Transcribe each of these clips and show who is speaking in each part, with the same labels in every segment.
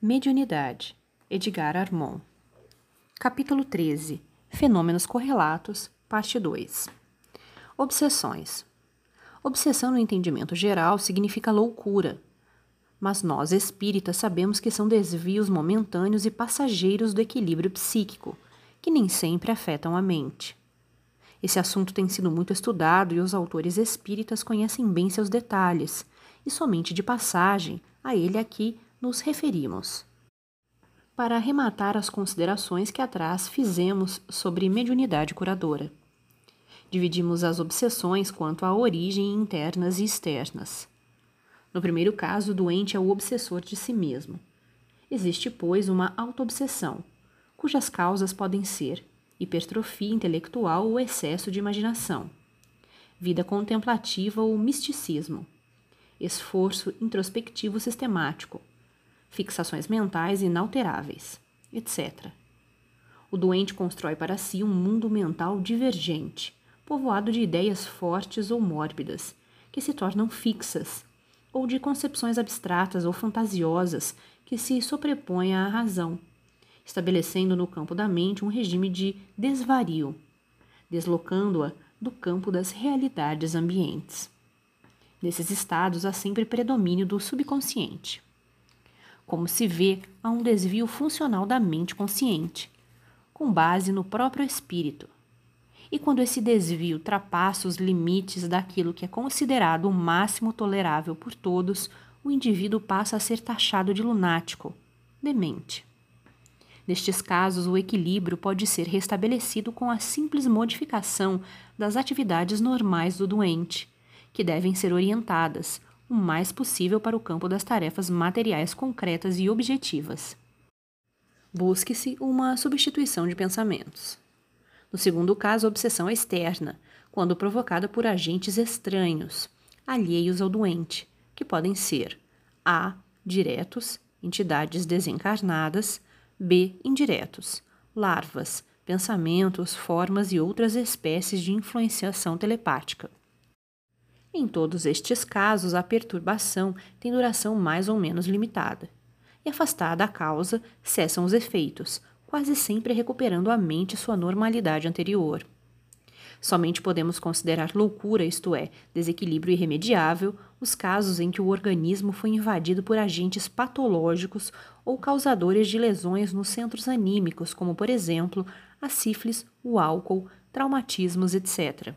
Speaker 1: Mediunidade, Edgar Armond. Capítulo 13. Fenômenos correlatos, parte 2. Obsessões. Obsessão no entendimento geral significa loucura, mas nós espíritas sabemos que são desvios momentâneos e passageiros do equilíbrio psíquico, que nem sempre afetam a mente. Esse assunto tem sido muito estudado e os autores espíritas conhecem bem seus detalhes, e somente de passagem a ele aqui nos referimos. Para arrematar as considerações que atrás fizemos sobre mediunidade curadora. Dividimos as obsessões quanto à origem internas e externas. No primeiro caso, o doente é o obsessor de si mesmo. Existe, pois, uma autoobsessão, cujas causas podem ser hipertrofia intelectual ou excesso de imaginação, vida contemplativa ou misticismo, esforço introspectivo sistemático, fixações mentais inalteráveis, etc. O doente constrói para si um mundo mental divergente, povoado de ideias fortes ou mórbidas, que se tornam fixas, ou de concepções abstratas ou fantasiosas que se sobrepõem à razão, estabelecendo no campo da mente um regime de desvario, deslocando-a do campo das realidades ambientes. Nesses estados há sempre predomínio do subconsciente. Como se vê, há um desvio funcional da mente consciente, com base no próprio espírito. E quando esse desvio ultrapassa os limites daquilo que é considerado o máximo tolerável por todos, o indivíduo passa a ser taxado de lunático, demente. Nestes casos, o equilíbrio pode ser restabelecido com a simples modificação das atividades normais do doente, que devem ser orientadas o mais possível para o campo das tarefas materiais concretas e objetivas. Busque-se uma substituição de pensamentos. No segundo caso, a obsessão é externa, quando provocada por agentes estranhos, alheios ao doente, que podem ser a. diretos, entidades desencarnadas, b. indiretos, larvas, pensamentos, formas e outras espécies de influenciação telepática. Em todos estes casos, a perturbação tem duração mais ou menos limitada, e afastada a causa, cessam os efeitos, quase sempre recuperando a mente sua normalidade anterior. Somente podemos considerar loucura, isto é, desequilíbrio irremediável, os casos em que o organismo foi invadido por agentes patológicos ou causadores de lesões nos centros anímicos, como, por exemplo, a sífilis, o álcool, traumatismos, etc.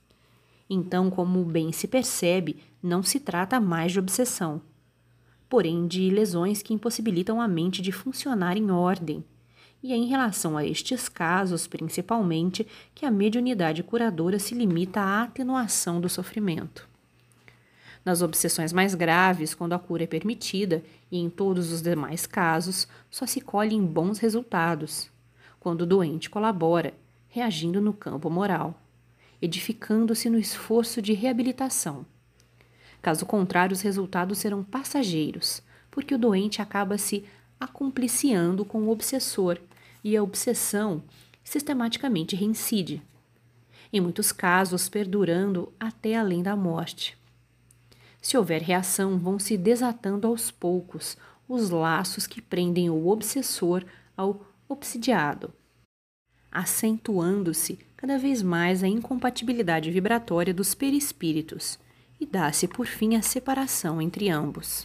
Speaker 1: Então, como bem se percebe, não se trata mais de obsessão, porém de lesões que impossibilitam a mente de funcionar em ordem. E é em relação a estes casos, principalmente, que a mediunidade curadora se limita à atenuação do sofrimento. Nas obsessões mais graves, quando a cura é permitida, e em todos os demais casos, só se colhem bons resultados, quando o doente colabora, reagindo no campo moral, edificando-se no esforço de reabilitação. Caso contrário, os resultados serão passageiros, porque o doente acaba se acompliciando com o obsessor e a obsessão sistematicamente reincide, em muitos casos perdurando até além da morte. Se houver reação, vão se desatando aos poucos os laços que prendem o obsessor ao obsidiado, acentuando-se cada vez mais a incompatibilidade vibratória dos perispíritos e dá-se por fim a separação entre ambos.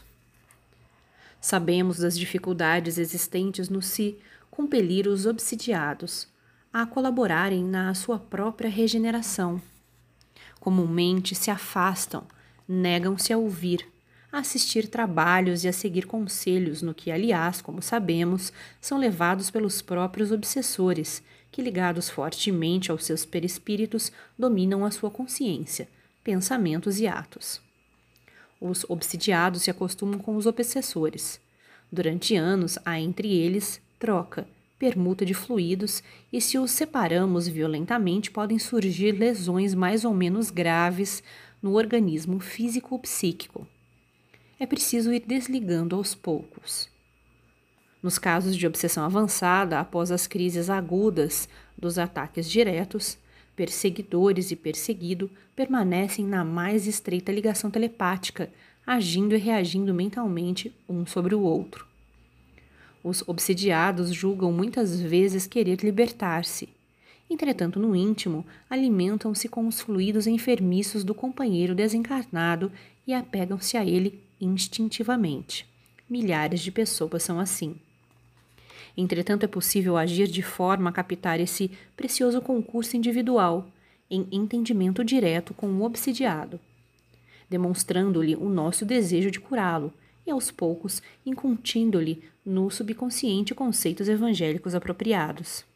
Speaker 1: Sabemos das dificuldades existentes no se compelir os obsidiados a colaborarem na sua própria regeneração. Comumente se afastam, negam-se a ouvir, a assistir trabalhos e a seguir conselhos no que, aliás, como sabemos, são levados pelos próprios obsessores, que, ligados fortemente aos seus perispíritos, dominam a sua consciência, pensamentos e atos. Os obsidiados se acostumam com os obsessores. Durante anos há entre eles troca, permuta de fluidos, e se os separamos violentamente podem surgir lesões mais ou menos graves no organismo físico ou psíquico. É preciso ir desligando aos poucos. Nos casos de obsessão avançada, após as crises agudas dos ataques diretos, perseguidores e perseguido permanecem na mais estreita ligação telepática, agindo e reagindo mentalmente um sobre o outro. Os obsidiados julgam muitas vezes querer libertar-se. Entretanto, no íntimo, alimentam-se com os fluidos enfermiços do companheiro desencarnado e apegam-se a ele instintivamente. Milhares de pessoas são assim. Entretanto, é possível agir de forma a captar esse precioso concurso individual, em entendimento direto com o obsidiado, demonstrando-lhe o nosso desejo de curá-lo e, aos poucos, incutindo-lhe no subconsciente conceitos evangélicos apropriados.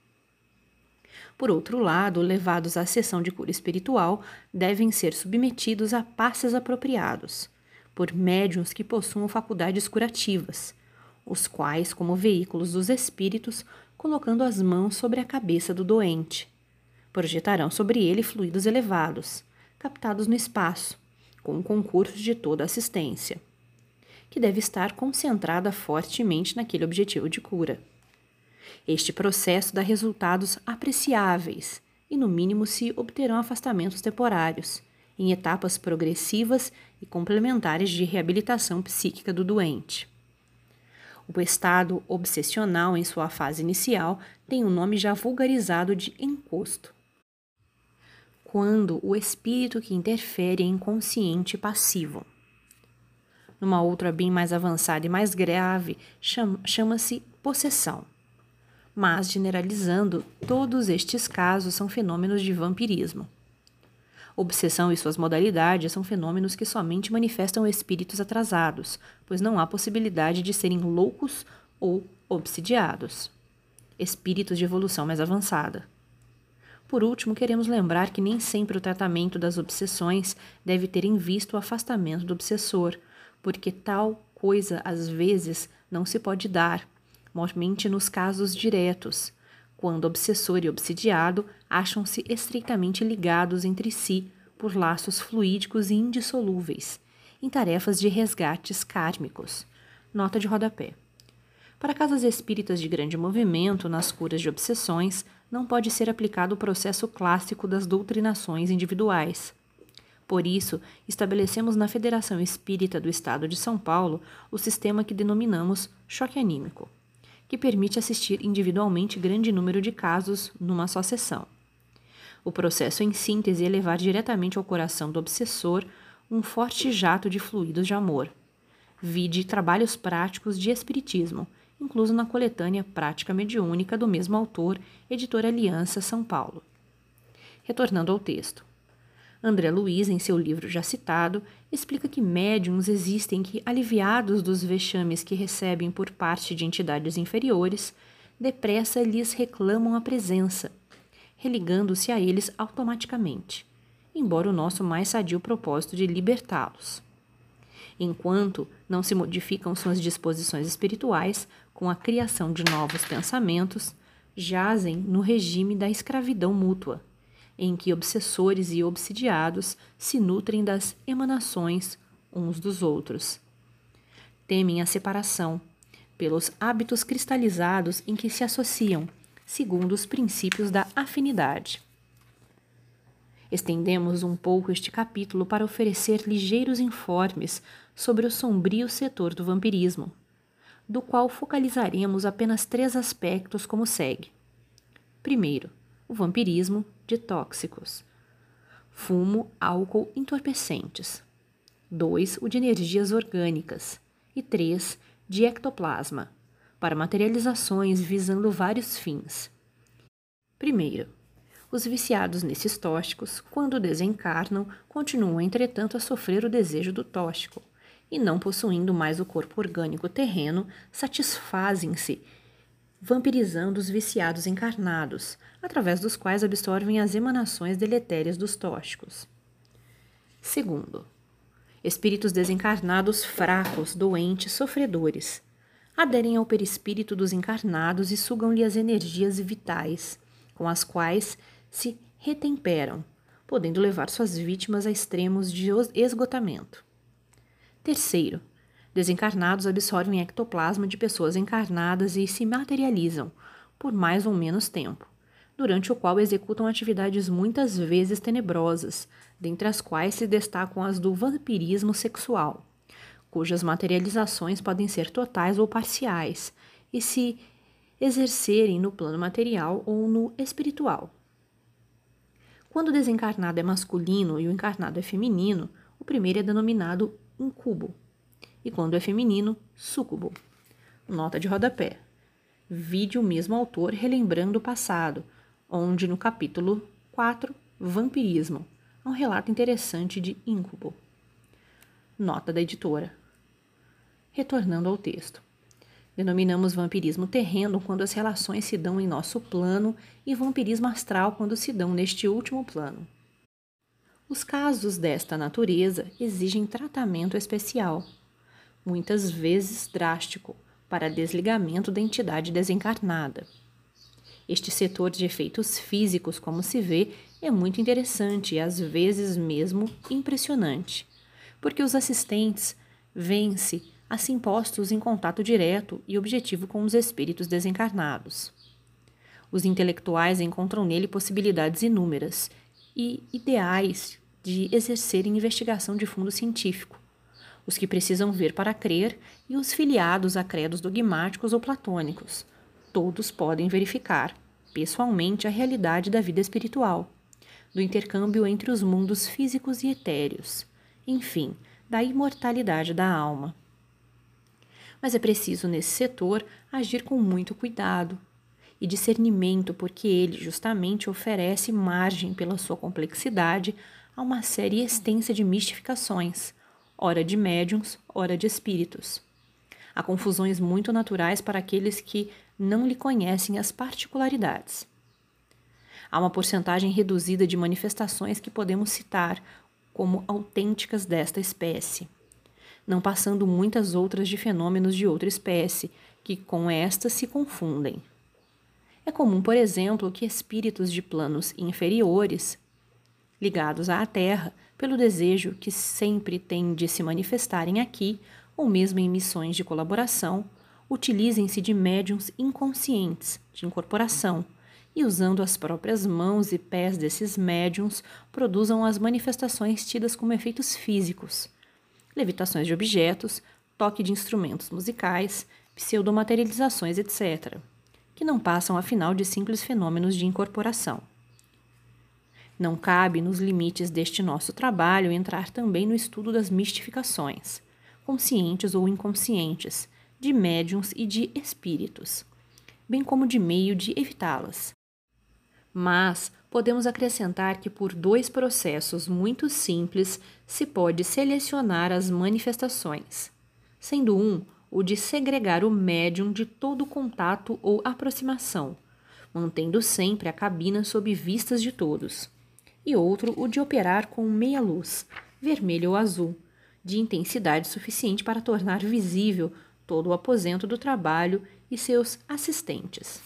Speaker 1: Por outro lado, levados à sessão de cura espiritual, devem ser submetidos a passes apropriados, por médiuns que possuam faculdades curativas, os quais, como veículos dos espíritos, colocando as mãos sobre a cabeça do doente, projetarão sobre ele fluidos elevados, captados no espaço, com o concurso de toda a assistência, que deve estar concentrada fortemente naquele objetivo de cura. Este processo dá resultados apreciáveis e, no mínimo, se obterão afastamentos temporários, em etapas progressivas e complementares de reabilitação psíquica do doente. O estado obsessional, em sua fase inicial, tem um nome já vulgarizado de encosto, quando o espírito que interfere é inconsciente e passivo. Numa outra bem mais avançada e mais grave, chama-se possessão. Mas, generalizando, todos estes casos são fenômenos de vampirismo. Obsessão e suas modalidades são fenômenos que somente manifestam espíritos atrasados, pois não há possibilidade de serem loucos ou obsidiados, espíritos de evolução mais avançada. Por último, queremos lembrar que nem sempre o tratamento das obsessões deve ter em vista o afastamento do obsessor, porque tal coisa, às vezes, não se pode dar, somente nos casos diretos, quando obsessor e obsidiado acham-se estreitamente ligados entre si por laços fluídicos e indissolúveis, em tarefas de resgates kármicos. Nota de rodapé. Para casas espíritas de grande movimento nas curas de obsessões, não pode ser aplicado o processo clássico das doutrinações individuais. Por isso, estabelecemos na Federação Espírita do Estado de São Paulo o sistema que denominamos choque anímico, que permite assistir individualmente grande número de casos numa só sessão. O processo, em síntese, é levar diretamente ao coração do obsessor um forte jato de fluidos de amor. Vide trabalhos práticos de espiritismo, incluso na coletânea Prática Mediúnica do mesmo autor, editora Aliança, São Paulo. Retornando ao texto. André Luiz, em seu livro já citado, explica que médiuns existem que, aliviados dos vexames que recebem por parte de entidades inferiores, depressa lhes reclamam a presença, religando-se a eles automaticamente, embora o nosso mais sadio propósito de libertá-los. Enquanto não se modificam suas disposições espirituais com a criação de novos pensamentos, jazem no regime da escravidão mútua, em que obsessores e obsidiados se nutrem das emanações uns dos outros. Temem a separação, pelos hábitos cristalizados em que se associam, segundo os princípios da afinidade. Estendemos um pouco este capítulo para oferecer ligeiros informes sobre o sombrio setor do vampirismo, do qual focalizaremos apenas 3 aspectos como segue. Primeiro, o vampirismo de tóxicos. Fumo, álcool, entorpecentes. 2, o de energias orgânicas. E 3, de ectoplasma, para materializações visando vários fins. Primeiro, os viciados nesses tóxicos, quando desencarnam, continuam, entretanto, a sofrer o desejo do tóxico, e não possuindo mais o corpo orgânico terreno, satisfazem-se vampirizando os viciados encarnados, através dos quais absorvem as emanações deletérias dos tóxicos. Segundo, espíritos desencarnados fracos, doentes, sofredores, aderem ao perispírito dos encarnados e sugam-lhe as energias vitais, com as quais se retemperam, podendo levar suas vítimas a extremos de esgotamento. Terceiro, desencarnados absorvem ectoplasma de pessoas encarnadas e se materializam, por mais ou menos tempo, durante o qual executam atividades muitas vezes tenebrosas, dentre as quais se destacam as do vampirismo sexual, cujas materializações podem ser totais ou parciais, e se exercerem no plano material ou no espiritual. Quando o desencarnado é masculino e o encarnado é feminino, o primeiro é denominado incubo, e quando é feminino, súcubo. Nota de rodapé. Vide o mesmo autor relembrando o passado, onde no capítulo 4, Vampirismo, há um relato interessante de incubo. Nota da editora. Retornando ao texto. Denominamos vampirismo terreno quando as relações se dão em nosso plano e vampirismo astral quando se dão neste último plano. Os casos desta natureza exigem tratamento especial, muitas vezes drástico, para desligamento da entidade desencarnada. Este setor de efeitos físicos, como se vê, é muito interessante e às vezes mesmo impressionante, porque os assistentes veem-se assim postos em contato direto e objetivo com os espíritos desencarnados. Os intelectuais encontram nele possibilidades inúmeras e ideais de exercerem investigação de fundo científico, os que precisam ver para crer e os filiados a credos dogmáticos ou platônicos. Todos podem verificar, pessoalmente, a realidade da vida espiritual, do intercâmbio entre os mundos físicos e etéreos, enfim, da imortalidade da alma. Mas é preciso, nesse setor, agir com muito cuidado e discernimento, porque ele justamente oferece margem, pela sua complexidade, a uma série extensa de mistificações, ora de médiuns, ora de espíritos. Há confusões muito naturais para aqueles que não lhe conhecem as particularidades. Há uma porcentagem reduzida de manifestações que podemos citar como autênticas desta espécie, não passando muitas outras de fenômenos de outra espécie, que com estas se confundem. É comum, por exemplo, que espíritos de planos inferiores, ligados à Terra, pelo desejo que sempre têm de se manifestarem aqui, ou mesmo em missões de colaboração, utilizem-se de médiuns inconscientes, de incorporação, e usando as próprias mãos e pés desses médiuns, produzam as manifestações tidas como efeitos físicos, levitações de objetos, toque de instrumentos musicais, pseudomaterializações, etc., que não passam afinal de simples fenômenos de incorporação. Não cabe, nos limites deste nosso trabalho, entrar também no estudo das mistificações, conscientes ou inconscientes, de médiuns e de espíritos, bem como de meio de evitá-las. Mas podemos acrescentar que por dois processos muito simples se pode selecionar as manifestações, sendo um o de segregar o médium de todo contato ou aproximação, mantendo sempre a cabina sob vistas de todos, e outro o de operar com meia luz, vermelho ou azul, de intensidade suficiente para tornar visível todo o aposento do trabalho e seus assistentes.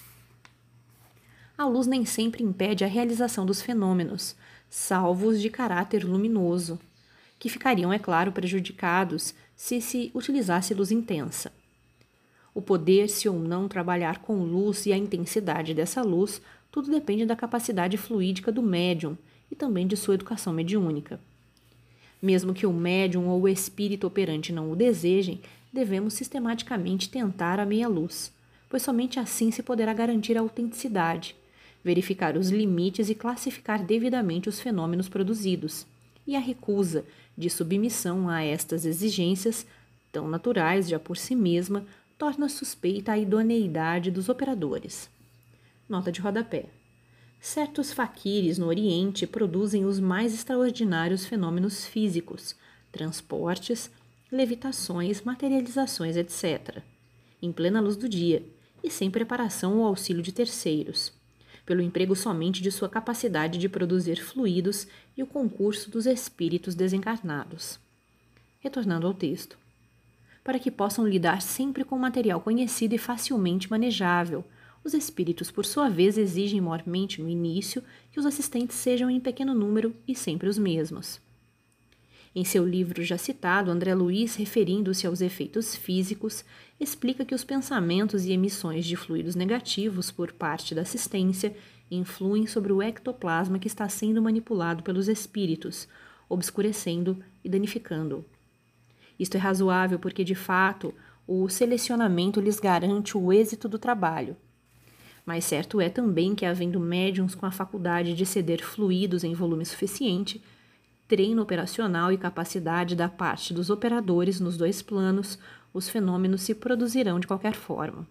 Speaker 1: A luz nem sempre impede a realização dos fenômenos, salvo os de caráter luminoso, que ficariam, é claro, prejudicados se utilizasse luz intensa. O poder-se ou não trabalhar com luz e a intensidade dessa luz, tudo depende da capacidade fluídica do médium e também de sua educação mediúnica. Mesmo que o médium ou o espírito operante não o desejem, devemos sistematicamente tentar a meia-luz, pois somente assim se poderá garantir a autenticidade, verificar os limites e classificar devidamente os fenômenos produzidos, e a recusa de submissão a estas exigências, tão naturais já por si mesma, torna suspeita a idoneidade dos operadores. Nota de rodapé. Certos faquires no Oriente produzem os mais extraordinários fenômenos físicos, transportes, levitações, materializações, etc., em plena luz do dia e sem preparação ou auxílio de terceiros, pelo emprego somente de sua capacidade de produzir fluidos e o concurso dos espíritos desencarnados. Retornando ao texto. Para que possam lidar sempre com material conhecido e facilmente manejável, os espíritos, por sua vez, exigem mormente no início que os assistentes sejam em pequeno número e sempre os mesmos. Em seu livro já citado, André Luiz, referindo-se aos efeitos físicos, explica que os pensamentos e emissões de fluidos negativos por parte da assistência influem sobre o ectoplasma que está sendo manipulado pelos espíritos, obscurecendo e danificando-o. Isto é razoável porque, de fato, o selecionamento lhes garante o êxito do trabalho. Mas certo é também que, havendo médiuns com a faculdade de ceder fluidos em volume suficiente, treino operacional e capacidade da parte dos operadores nos dois planos, os fenômenos se produzirão de qualquer forma.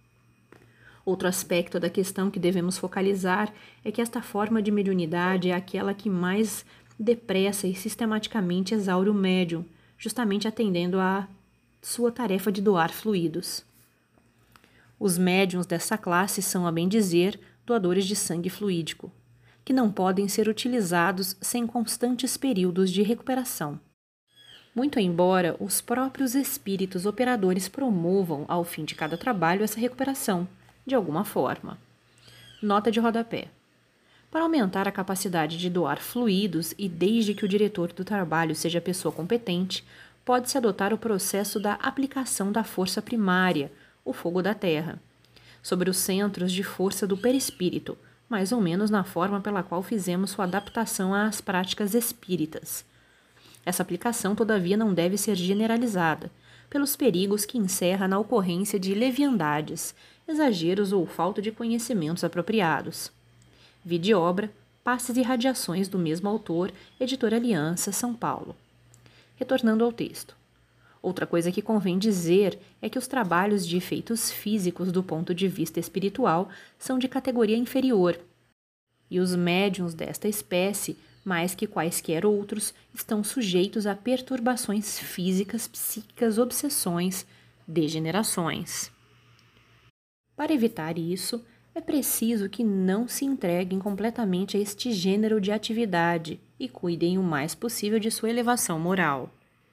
Speaker 1: Outro aspecto da questão que devemos focalizar é que esta forma de mediunidade é aquela que mais depressa e sistematicamente exaure o médium, justamente atendendo à sua tarefa de doar fluidos. Os médiuns dessa classe são, a bem dizer, doadores de sangue fluídico, que não podem ser utilizados sem constantes períodos de recuperação. Muito embora os próprios espíritos operadores promovam, ao fim de cada trabalho, essa recuperação, de alguma forma. Nota de rodapé. Para aumentar a capacidade de doar fluidos e desde que o diretor do trabalho seja pessoa competente, pode-se adotar o processo da aplicação da força primária, o fogo da terra, sobre os centros de força do perispírito, mais ou menos na forma pela qual fizemos sua adaptação às práticas espíritas. Essa aplicação, todavia, não deve ser generalizada, pelos perigos que encerra na ocorrência de leviandades, exageros ou falta de conhecimentos apropriados. Vide obra Passes e Radiações, do mesmo autor, Editora Aliança, São Paulo. Retornando ao texto. Outra coisa que convém dizer é que os trabalhos de efeitos físicos do ponto de vista espiritual são de categoria inferior, e os médiuns desta espécie, mais que quaisquer outros, estão sujeitos a perturbações físicas, psíquicas, obsessões, degenerações. Para evitar isso, é preciso que não se entreguem completamente a este gênero de atividade e cuidem o mais possível de sua elevação moral.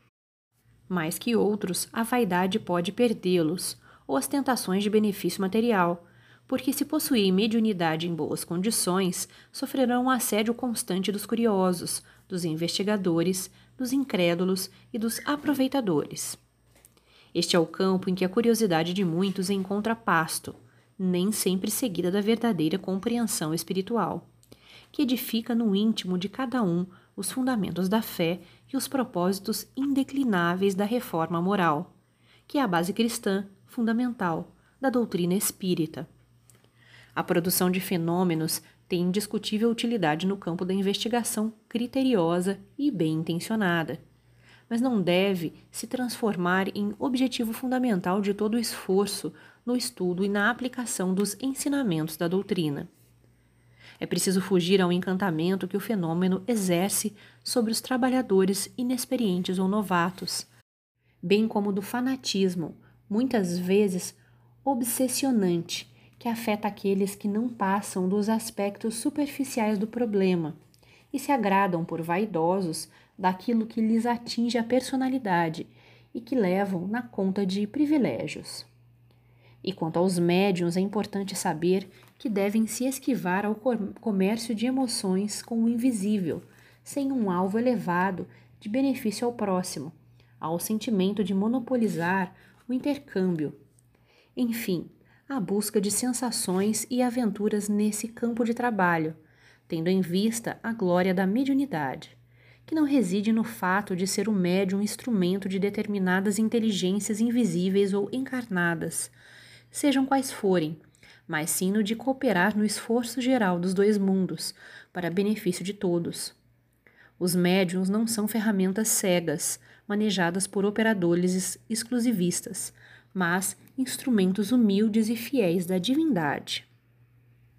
Speaker 1: Mais que outros, a vaidade pode perdê-los, ou as tentações de benefício material, porque se possuírem mediunidade em boas condições, sofrerão um assédio constante dos curiosos, dos investigadores, dos incrédulos e dos aproveitadores. Este é o campo em que a curiosidade de muitos encontra pasto, nem sempre seguida da verdadeira compreensão espiritual, que edifica no íntimo de cada um os fundamentos da fé e os propósitos indeclináveis da reforma moral, que é a base cristã fundamental da doutrina espírita. A produção de fenômenos tem indiscutível utilidade no campo da investigação criteriosa e bem intencionada, mas não deve se transformar em objetivo fundamental de todo o esforço no estudo e na aplicação dos ensinamentos da doutrina. É preciso fugir ao encantamento que o fenômeno exerce sobre os trabalhadores inexperientes ou novatos, bem como do fanatismo, muitas vezes obsessionante, que afeta aqueles que não passam dos aspectos superficiais do problema e se agradam por vaidosos daquilo que lhes atinge a personalidade e que levam na conta de privilégios. E quanto aos médiuns, é importante saber que devem se esquivar ao comércio de emoções com o invisível, sem um alvo elevado de benefício ao próximo, ao sentimento de monopolizar o intercâmbio. Enfim, a busca de sensações e aventuras nesse campo de trabalho, tendo em vista a glória da mediunidade, que não reside no fato de ser o médium instrumento de determinadas inteligências invisíveis ou encarnadas, sejam quais forem, mas sim no de cooperar no esforço geral dos dois mundos, para benefício de todos. Os médiuns não são ferramentas cegas, manejadas por operadores exclusivistas, mas instrumentos humildes e fiéis da divindade.